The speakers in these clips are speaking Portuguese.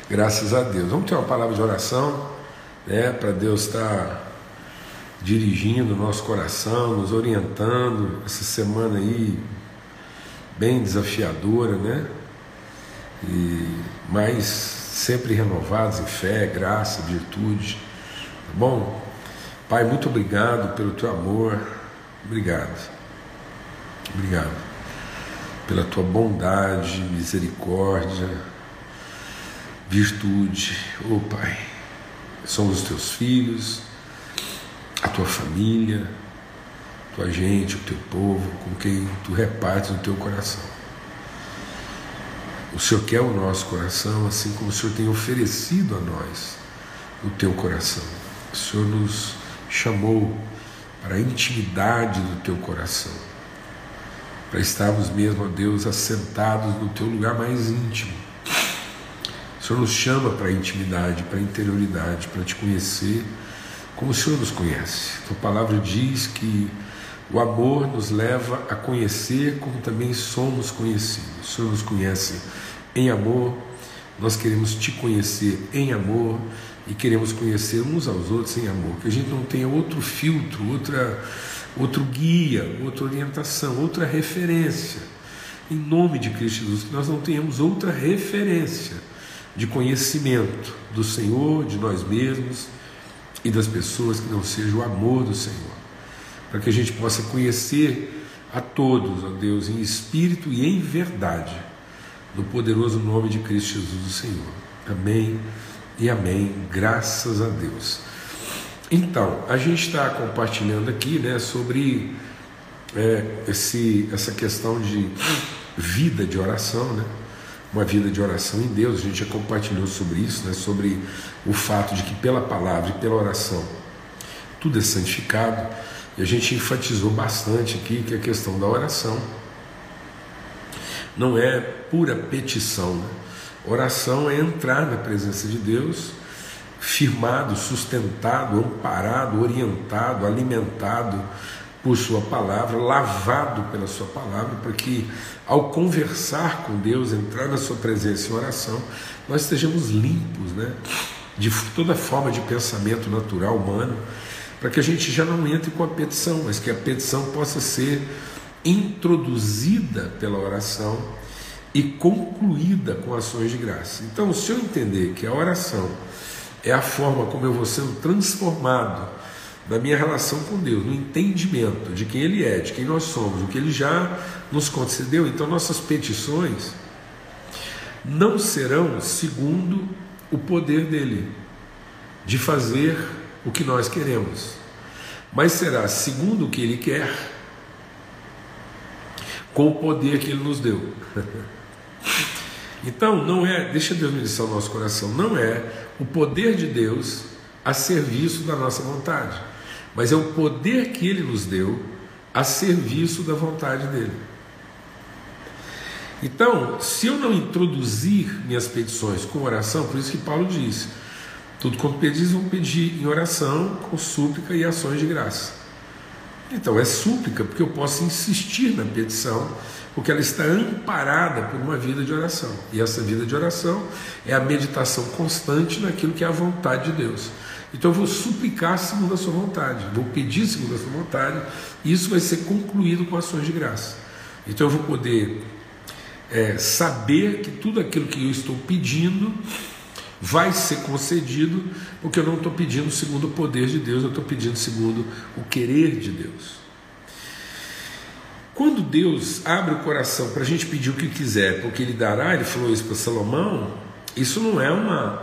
Graças a Deus. Vamos ter uma palavra de oração, né, para Deus estar dirigindo o nosso coração, nos orientando. Essa semana aí, bem desafiadora, né? Mas sempre renovados em fé, graça, virtude. Tá bom? Pai, muito obrigado pelo teu amor. Obrigado. Obrigado pela tua bondade, misericórdia, virtude. Oh Pai, somos os teus filhos, a tua família, tua gente, o teu povo, com quem tu repartes o teu coração. O Senhor quer o nosso coração, assim como o Senhor tem oferecido a nós o teu coração. O Senhor nos chamou para a intimidade do teu coração, para estarmos mesmo, ó Deus, assentados no teu lugar mais íntimo. O Senhor nos chama para a intimidade, para a interioridade, para te conhecer como o Senhor nos conhece. A tua palavra diz que o amor nos leva a conhecer como também somos conhecidos. O Senhor nos conhece em amor, nós queremos te conhecer em amor e queremos conhecer uns aos outros em amor. Que a gente não tenha outro filtro, outro guia, outra orientação, outra referência. Em nome de Cristo Jesus, que nós não tenhamos outra referência de conhecimento do Senhor, de nós mesmos e das pessoas, que não seja o amor do Senhor, para que a gente possa conhecer a todos, ó Deus, em espírito e em verdade, no poderoso nome de Cristo Jesus, o Senhor. Amém e amém, graças a Deus. Então, a gente está compartilhando aqui, né, sobre essa questão de vida de oração, né? Uma vida de oração em Deus. A gente já compartilhou sobre isso, né, sobre o fato de que pela palavra e pela oração tudo é santificado, e a gente enfatizou bastante aqui que a questão da oração não é pura petição, né? Oração é entrar na presença de Deus firmado, sustentado, amparado, orientado, alimentado por sua palavra, lavado pela sua palavra, para que ao conversar com Deus, entrar na sua presença em oração, nós estejamos limpos, né, de toda forma de pensamento natural humano, para que a gente já não entre com a petição, mas que a petição possa ser introduzida pela oração e concluída com ações de graça. Então, se eu entender que a oração é a forma como eu vou sendo transformado na minha relação com Deus, no entendimento de quem Ele é, de quem nós somos, o que Ele já nos concedeu, então nossas petições não serão segundo o poder dEle, de fazer o que nós queremos, mas será segundo o que Ele quer, com o poder que Ele nos deu. Então, não é, deixa Deus ministrar o nosso coração, não é o poder de Deus a serviço da nossa vontade, mas é o poder que Ele nos deu a serviço da vontade dEle. Então, se eu não introduzir minhas petições com oração, por isso que Paulo diz, tudo quanto pedis, vão pedir em oração, com súplica e ações de graça. Então é súplica, porque eu posso insistir na petição, porque ela está amparada por uma vida de oração, e essa vida de oração é a meditação constante naquilo que é a vontade de Deus. Então eu vou suplicar segundo a sua vontade, vou pedir segundo a sua vontade, e isso vai ser concluído com ações de graça. Então eu vou poder saber que tudo aquilo que eu estou pedindo vai ser concedido, porque eu não estou pedindo segundo o poder de Deus, eu estou pedindo segundo o querer de Deus. Quando Deus abre o coração para a gente pedir o que quiser, porque Ele dará, Ele falou isso para Salomão, isso não é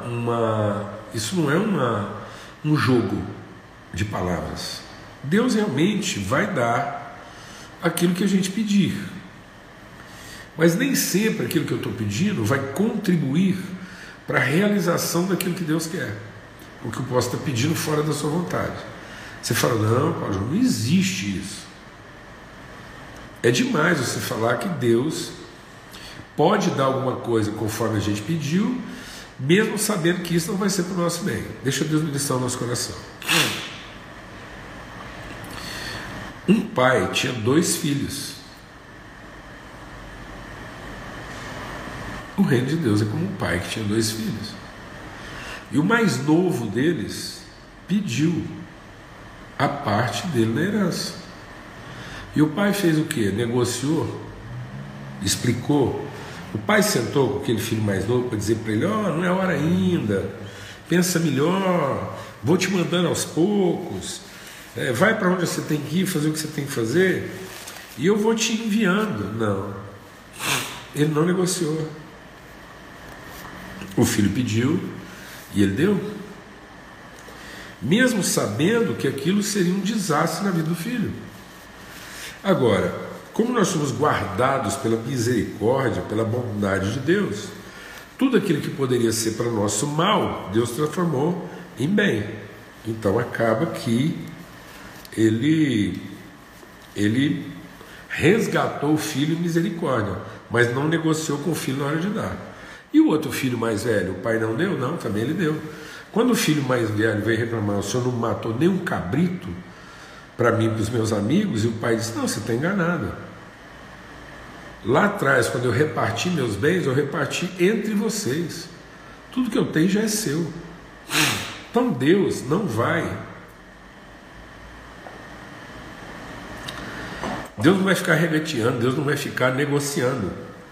um jogo de palavras. Deus realmente vai dar aquilo que a gente pedir, mas nem sempre aquilo que eu estou pedindo vai contribuir para a realização daquilo que Deus quer, o que eu posso estar pedindo fora da sua vontade. Você fala, não, Paulo, não existe isso. É demais você falar que Deus pode dar alguma coisa conforme a gente pediu, mesmo sabendo que isso não vai ser para o nosso bem. Deixa Deus ministrar o nosso coração. Um pai tinha 2 filhos. O reino de Deus é como um pai que tinha 2 filhos. E o mais novo deles pediu a parte dele na herança. E o pai fez o quê? Negociou, explicou. O pai sentou com aquele filho mais novo para dizer para ele: não é hora ainda, pensa melhor, vou te mandando aos poucos, vai para onde você tem que ir, fazer o que você tem que fazer, e eu vou te enviando. Não, ele não negociou. O filho pediu e ele deu, mesmo sabendo que aquilo seria um desastre na vida do filho. Agora, como nós somos guardados pela misericórdia, pela bondade de Deus, tudo aquilo que poderia ser para nosso mal, Deus transformou em bem. Então acaba que ele resgatou o filho em misericórdia, mas não negociou com o filho na hora de dar. E o outro filho mais velho, o pai não deu? Não, também ele deu. Quando o filho mais velho veio reclamar: o senhor não matou nem um cabrito para mim e para os meus amigos? E o pai disse: não, você está enganado. Lá atrás, quando eu reparti meus bens, eu reparti entre vocês. Tudo que eu tenho já é seu. Então Deus não vai ficar regateando, Deus não vai ficar negociando.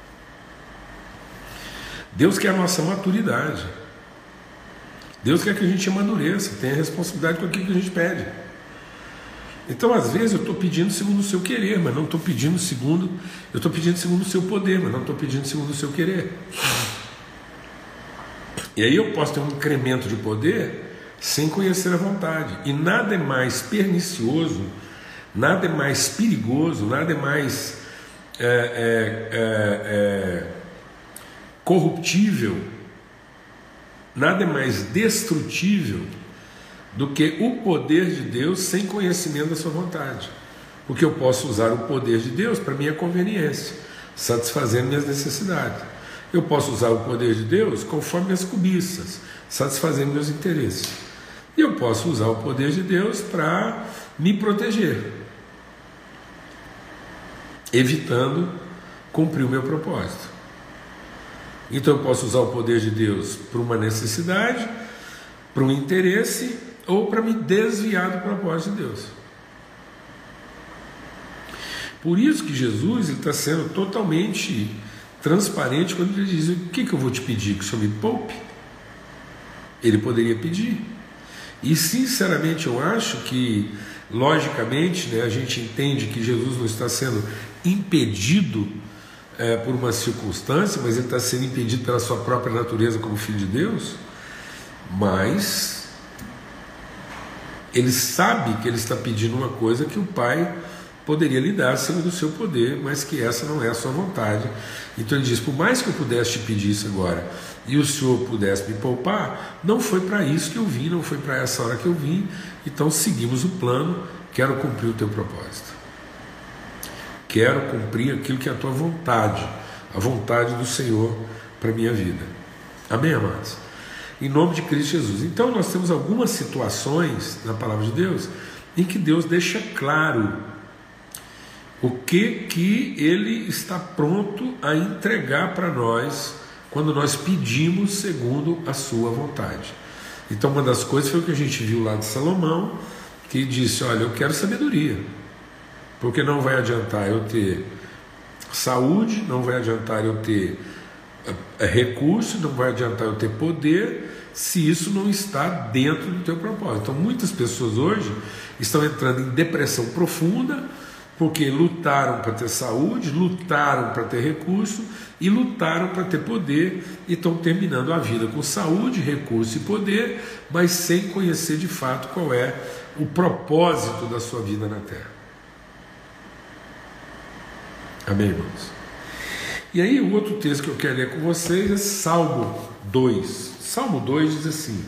Deus quer a nossa maturidade. Deus quer que a gente amadureça, tenha responsabilidade com aquilo que a gente pede. Então, às vezes, eu estou pedindo segundo o seu querer, mas não estou pedindo segundo. Eu estou pedindo segundo o seu poder, mas não estou pedindo segundo o seu querer. E aí eu posso ter um incremento de poder sem conhecer a vontade. E nada é mais pernicioso, nada é mais perigoso, nada é mais corruptível, nada é mais destrutível do que o poder de Deus sem conhecimento da sua vontade. Porque eu posso usar o poder de Deus para minha conveniência, satisfazendo minhas necessidades. Eu posso usar o poder de Deus conforme minhas cobiças, satisfazendo meus interesses. E eu posso usar o poder de Deus para me proteger, evitando cumprir o meu propósito. Então eu posso usar o poder de Deus para uma necessidade, para um interesse, ou para me desviar do propósito de Deus. Por isso que Jesus está sendo totalmente transparente quando ele diz: o que eu vou te pedir? Que o Senhor me poupe? Ele poderia pedir. E sinceramente eu acho que, logicamente, a gente entende que Jesus não está sendo impedido por uma circunstância, mas ele está sendo impedido pela sua própria natureza como Filho de Deus. Mas ele sabe que ele está pedindo uma coisa que o Pai poderia lhe dar segundo o seu poder, mas que essa não é a sua vontade. Então ele diz: por mais que eu pudesse te pedir isso agora e o Senhor pudesse me poupar, não foi para isso que eu vim, não foi para essa hora que eu vim. Então seguimos o plano. Quero cumprir o teu propósito, quero cumprir aquilo que é a tua vontade, a vontade do Senhor para a minha vida. Amém, amados? Em nome de Cristo Jesus. Então nós temos algumas situações na palavra de Deus em que Deus deixa claro o que Ele está pronto a entregar para nós quando nós pedimos segundo a sua vontade. Então uma das coisas foi o que a gente viu lá de Salomão, que disse: olha, eu quero sabedoria, porque não vai adiantar eu ter saúde, não vai adiantar eu ter recurso, não vai adiantar eu ter poder, se isso não está dentro do teu propósito. Então muitas pessoas hoje estão entrando em depressão profunda, porque lutaram para ter saúde, lutaram para ter recurso e lutaram para ter poder, e estão terminando a vida com saúde, recurso e poder, mas sem conhecer de fato qual é o propósito da sua vida na Terra. Amém, irmãos? E aí o outro texto que eu quero ler com vocês é Salmo 2. Salmo 2 diz assim: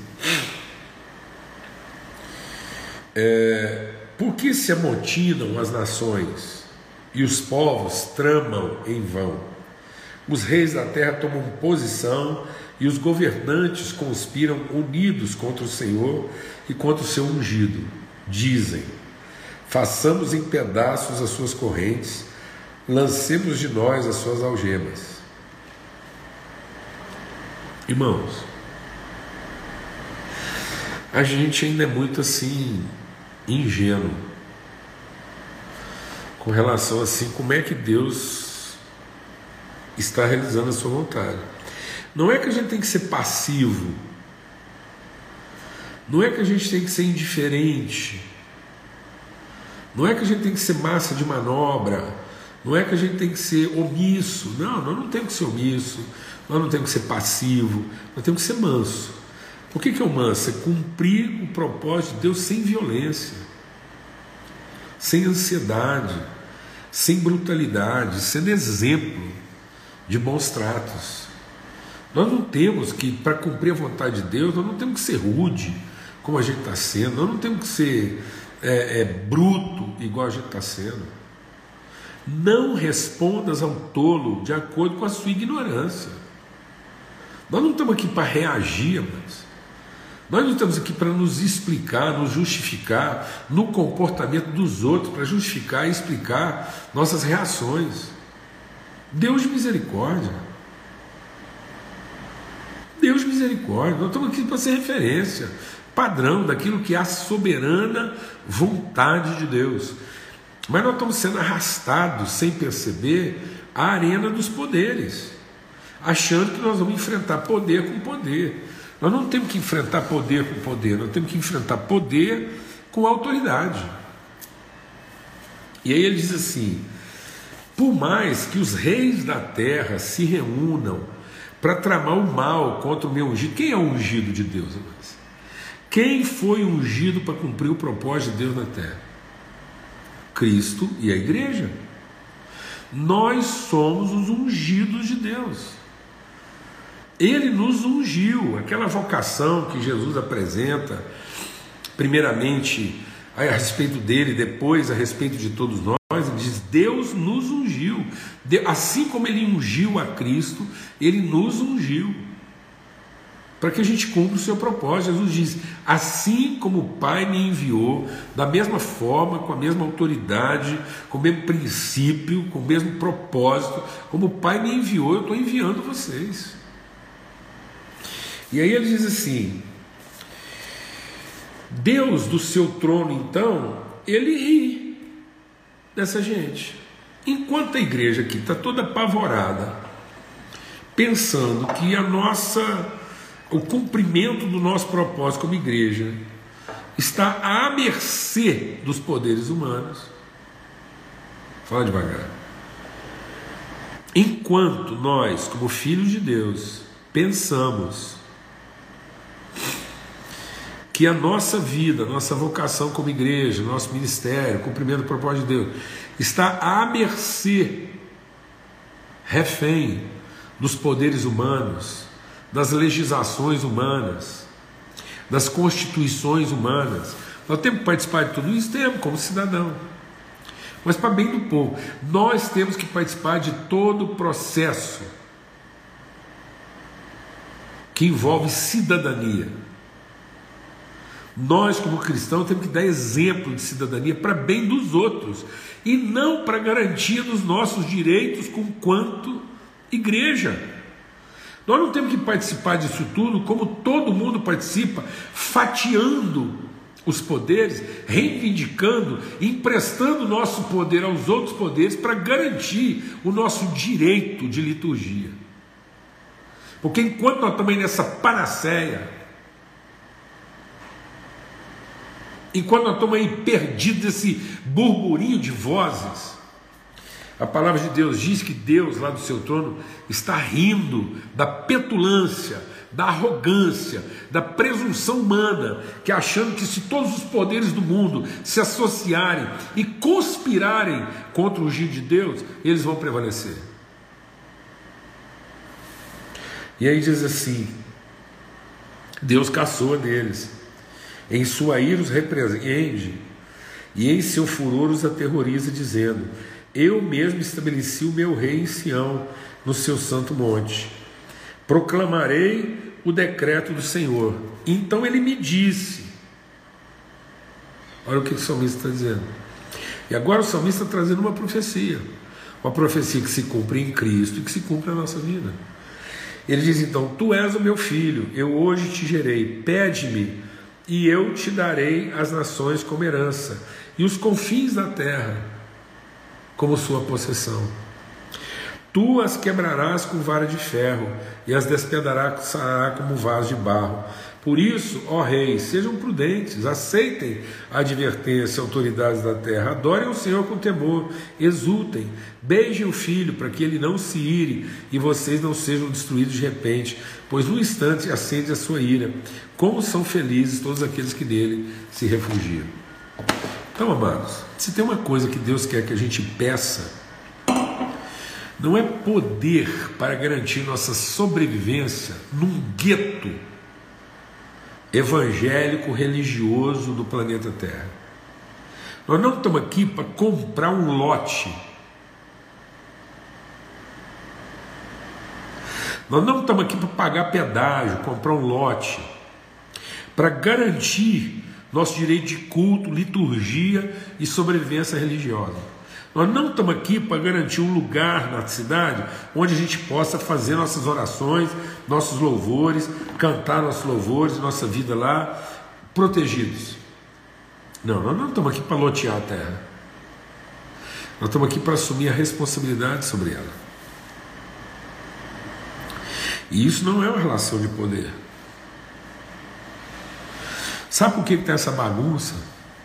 por que se amotinam as nações e os povos tramam em vão? Os reis da terra tomam posição e os governantes conspiram unidos contra o Senhor e contra o seu ungido. Dizem: façamos em pedaços as suas correntes, lancemos de nós as suas algemas. Irmãos, a gente ainda é muito assim ingênuo com relação assim como é que Deus está realizando a sua vontade. Não é que a gente tem que ser passivo, não é que a gente tem que ser indiferente, não é que a gente tem que ser massa de manobra, não é que a gente tem que ser omisso. Não, nós não temos que ser omisso, nós não temos que ser passivo, nós temos que ser manso. O que é o manso? É cumprir o propósito de Deus sem violência, sem ansiedade, sem brutalidade, sendo exemplo de bons tratos. Nós não temos que, para cumprir a vontade de Deus, nós não temos que ser rude, como a gente está sendo, nós não temos que ser bruto, igual a gente está sendo. Não respondas ao tolo de acordo com a sua ignorância. Nós não estamos aqui para reagir, mas nós não estamos aqui para nos explicar, nos justificar no comportamento dos outros, para justificar e explicar nossas reações. Deus de misericórdia. Deus de misericórdia. Nós estamos aqui para ser referência, padrão daquilo que é a soberana vontade de Deus. Mas nós estamos sendo arrastados, sem perceber, à arena dos poderes, achando que nós vamos enfrentar poder com poder. Nós não temos que enfrentar poder com poder, nós temos que enfrentar poder com autoridade. E aí ele diz assim: por mais que os reis da terra se reúnam para tramar o mal contra o meu ungido. Quem é o ungido de Deus, amados? Quem foi ungido para cumprir o propósito de Deus na terra? Cristo e a igreja. Nós somos os ungidos de Deus. Ele nos ungiu. Aquela vocação que Jesus apresenta, primeiramente a respeito dele, depois a respeito de todos nós, ele diz: Deus nos ungiu. Assim como ele ungiu a Cristo, ele nos ungiu para que a gente cumpra o seu propósito. Jesus diz: assim como o Pai me enviou, da mesma forma, com a mesma autoridade, com o mesmo princípio, com o mesmo propósito, como o Pai me enviou, eu estou enviando vocês. E aí ele diz assim: Deus do seu trono, então, ele ri dessa gente. Enquanto a igreja aqui está toda apavorada, pensando que o cumprimento do nosso propósito como igreja está à mercê dos poderes humanos. Fala devagar. Enquanto nós, como filhos de Deus, pensamos que a nossa vida, nossa vocação como igreja, nosso ministério, cumprimento do propósito de Deus, está à mercê, refém dos poderes humanos, das legislações humanas, das constituições humanas. Nós temos que participar de tudo isso? Temos, como cidadão. Mas para bem do povo, nós temos que participar de todo o processo que envolve cidadania. Nós, como cristãos, temos que dar exemplo de cidadania para bem dos outros e não para garantia dos nossos direitos quanto igreja. Nós não temos que participar disso tudo como todo mundo participa, fatiando os poderes, reivindicando, emprestando o nosso poder aos outros poderes para garantir o nosso direito de liturgia. Porque enquanto nós estamos aí nessa panaceia, enquanto nós estamos aí perdidos nesse burburinho de vozes, a palavra de Deus diz que Deus lá do seu trono está rindo da petulância, da arrogância, da presunção humana, que achando que se todos os poderes do mundo se associarem e conspirarem contra o ungido de Deus, eles vão prevalecer. E aí diz assim: Deus caçoa neles, em sua ira os repreende, e em seu furor os aterroriza, dizendo: eu mesmo estabeleci o meu rei em Sião, no seu santo monte. Proclamarei o decreto do Senhor. Então ele me disse. Olha o que o salmista está dizendo. E agora o salmista está trazendo uma profecia que se cumpre em Cristo e que se cumpre na nossa vida. Ele diz então: tu és o meu filho, eu hoje te gerei, pede-me e eu te darei as nações como herança, e os confins da terra como sua possessão. Tu as quebrarás com vara de ferro, e as despedaçarás como vaso de barro. Por isso, ó reis, sejam prudentes, aceitem a advertência, autoridades da terra, adorem o Senhor com temor, exultem, beijem o filho, para que ele não se ire, e vocês não sejam destruídos de repente, pois no instante acende a sua ira. Como são felizes todos aqueles que nele se refugiam. Então, amados, se tem uma coisa que Deus quer que a gente peça, não é poder para garantir nossa sobrevivência num gueto evangélico religioso do planeta Terra. Nós não estamos aqui para comprar um lote. Nós não estamos aqui para pagar pedágio, comprar um lote, para garantir nosso direito de culto, liturgia e sobrevivência religiosa. Nós não estamos aqui para garantir um lugar na cidade onde a gente possa fazer nossas orações, nossos louvores, cantar nossos louvores, nossa vida lá, protegidos. Não, nós não estamos aqui para lotear a terra. Nós estamos aqui para assumir a responsabilidade sobre ela. E isso não é uma relação de poder. Sabe por que tem essa bagunça?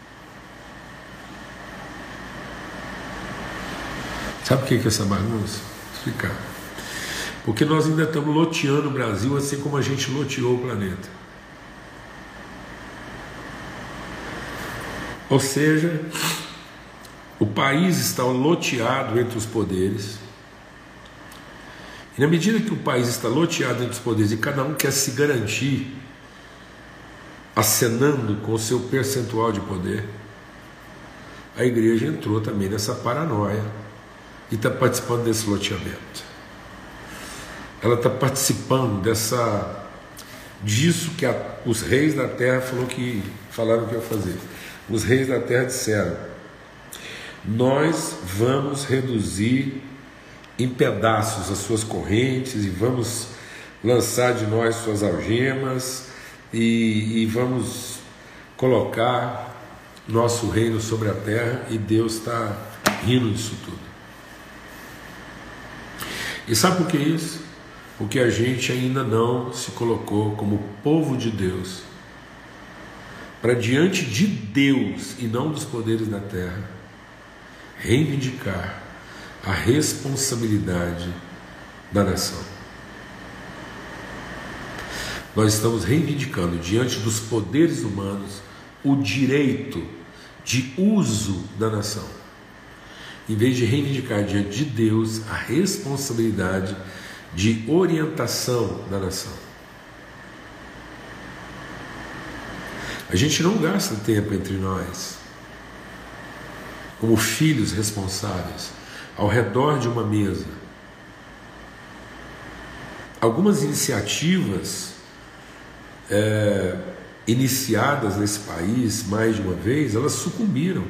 Sabe por que é essa bagunça? Vou explicar. Porque nós ainda estamos loteando o Brasil assim como a gente loteou o planeta. Ou seja, o país está loteado entre os poderes. E na medida que o país está loteado entre os poderes e cada um quer se garantir acenando com o seu percentual de poder, a igreja entrou também nessa paranoia e está participando desse loteamento. Ela está participando disso que os reis da terra falaram que iam fazer. Os reis da terra disseram: nós vamos reduzir em pedaços as suas correntes e vamos lançar de nós suas algemas e vamos colocar nosso reino sobre a terra, e Deus está rindo disso tudo. E sabe por que isso? Porque a gente ainda não se colocou como povo de Deus para diante de Deus e não dos poderes da terra reivindicar a responsabilidade da nação. Nós estamos reivindicando diante dos poderes humanos o direito de uso da nação, em vez de reivindicar diante de Deus a responsabilidade de orientação da nação. A gente não gasta tempo entre nós, como filhos responsáveis, ao redor de uma mesa. Algumas iniciativas iniciadas nesse país mais de uma vez, elas sucumbiram.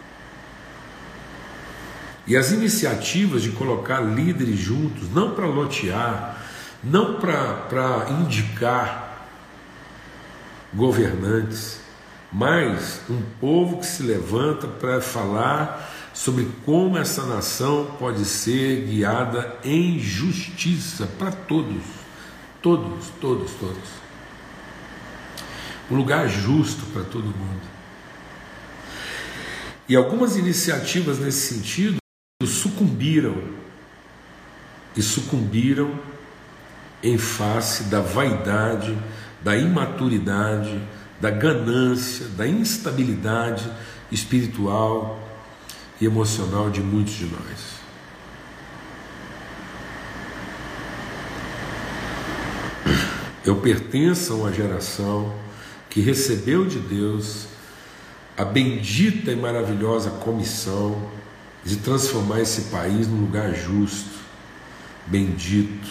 E as iniciativas de colocar líderes juntos, não para lotear, não para indicar governantes, mas um povo que se levanta para falar sobre como essa nação pode ser guiada em justiça para todos, todos, todos, todos. Um lugar justo para todo mundo. E algumas iniciativas nesse sentido sucumbiram em face da vaidade, da imaturidade, da ganância, da instabilidade espiritual e emocional de muitos de nós. Eu pertenço a uma geração que recebeu de Deus a bendita e maravilhosa comissão de transformar esse país num lugar justo, bendito,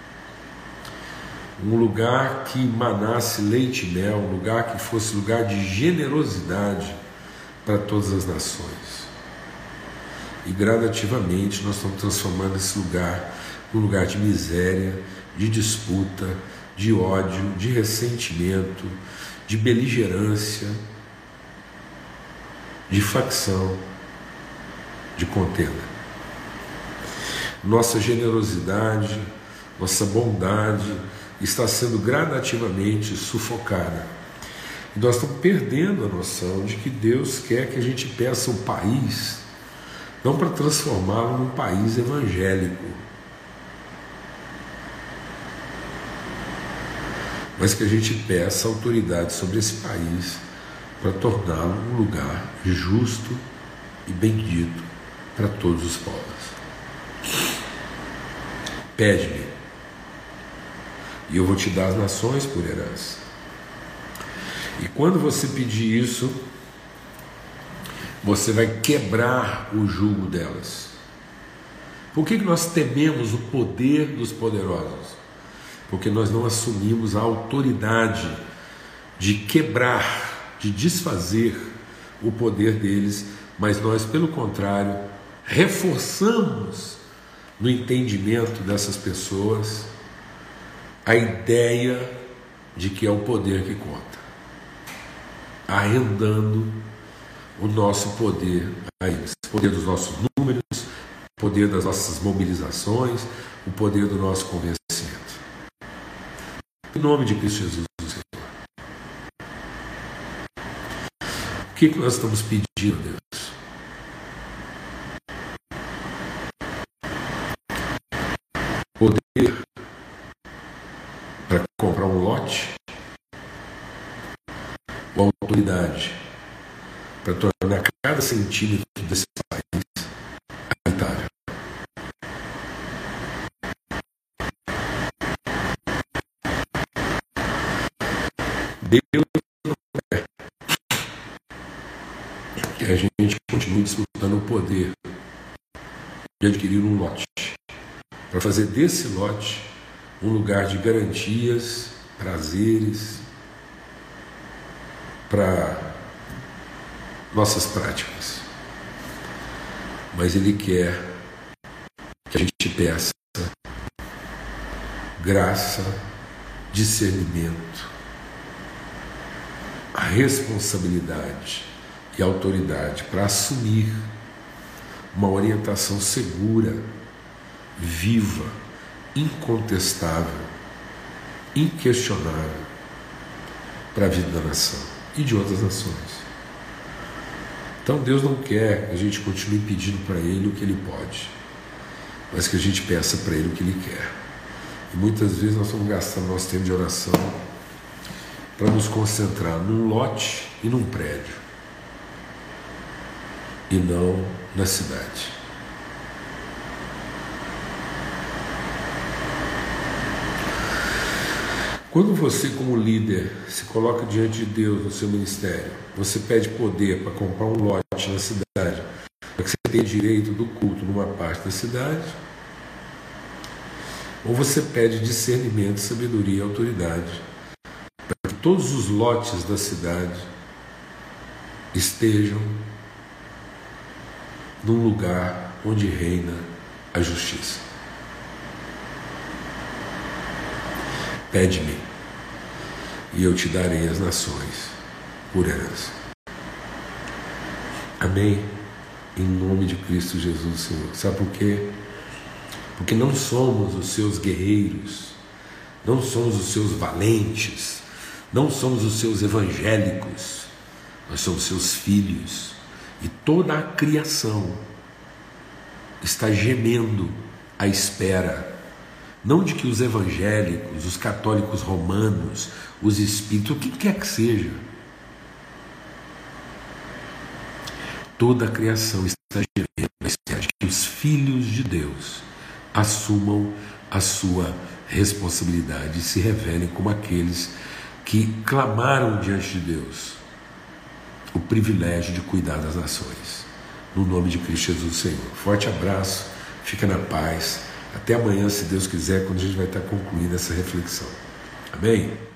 um lugar que manasse leite e mel, um lugar que fosse lugar de generosidade para todas as nações. E gradativamente nós estamos transformando esse lugar num lugar de miséria, de disputa, de ódio, de ressentimento, de beligerância, de facção, de contenda. Nossa generosidade, nossa bondade está sendo gradativamente sufocada. E nós estamos perdendo a noção de que Deus quer que a gente peça um país, não para transformá-lo num país evangélico, mas que a gente peça autoridade sobre esse país para torná-lo um lugar justo e bendito para todos os povos. Pede-me, e eu vou te dar as nações por herança. E quando você pedir isso, você vai quebrar o jugo delas. Por que nós tememos o poder dos poderosos? Porque nós não assumimos a autoridade de quebrar, de desfazer o poder deles, mas nós, pelo contrário, reforçamos no entendimento dessas pessoas a ideia de que é o poder que conta, arrendando o nosso poder a eles, o poder dos nossos números, o poder das nossas mobilizações, o poder do nosso convencimento. Em nome de Cristo Jesus, Senhor. O que nós estamos pedindo, Deus? Poder para comprar um lote, ou autoridade para tornar cada centímetro desse país habitável. Deus não quer que a gente continue disputando o poder de adquirir um lote, para fazer desse lote um lugar de garantias, prazeres, para nossas práticas. Mas Ele quer que a gente peça graça, discernimento, a responsabilidade e autoridade para assumir uma orientação segura, viva, incontestável, inquestionável para a vida da nação e de outras nações. Então Deus não quer que a gente continue pedindo para Ele o que Ele pode, mas que a gente peça para Ele o que Ele quer. E muitas vezes nós estamos gastando nosso tempo de oração para nos concentrar num lote e num prédio, e não na cidade. Quando você, como líder, se coloca diante de Deus no seu ministério, você pede poder para comprar um lote na cidade, para que você tenha direito do culto numa parte da cidade, ou você pede discernimento, sabedoria e autoridade para que todos os lotes da cidade estejam num lugar onde reina a justiça. Pede-me, e eu te darei as nações por herança. Amém? Em nome de Cristo Jesus, Senhor. Sabe por quê? Porque não somos os seus guerreiros, não somos os seus valentes, não somos os seus evangélicos, nós somos seus filhos. E toda a criação está gemendo à espera, não de que os evangélicos, os católicos romanos, os espíritos, o que quer que seja, toda a criação está gemendo à espera de que os filhos de Deus assumam a sua responsabilidade e se revelem como aqueles que clamaram diante de Deus o privilégio de cuidar das nações. No nome de Cristo Jesus, Senhor. Forte abraço, fica na paz. Até amanhã, se Deus quiser, quando a gente vai estar concluindo essa reflexão. Amém?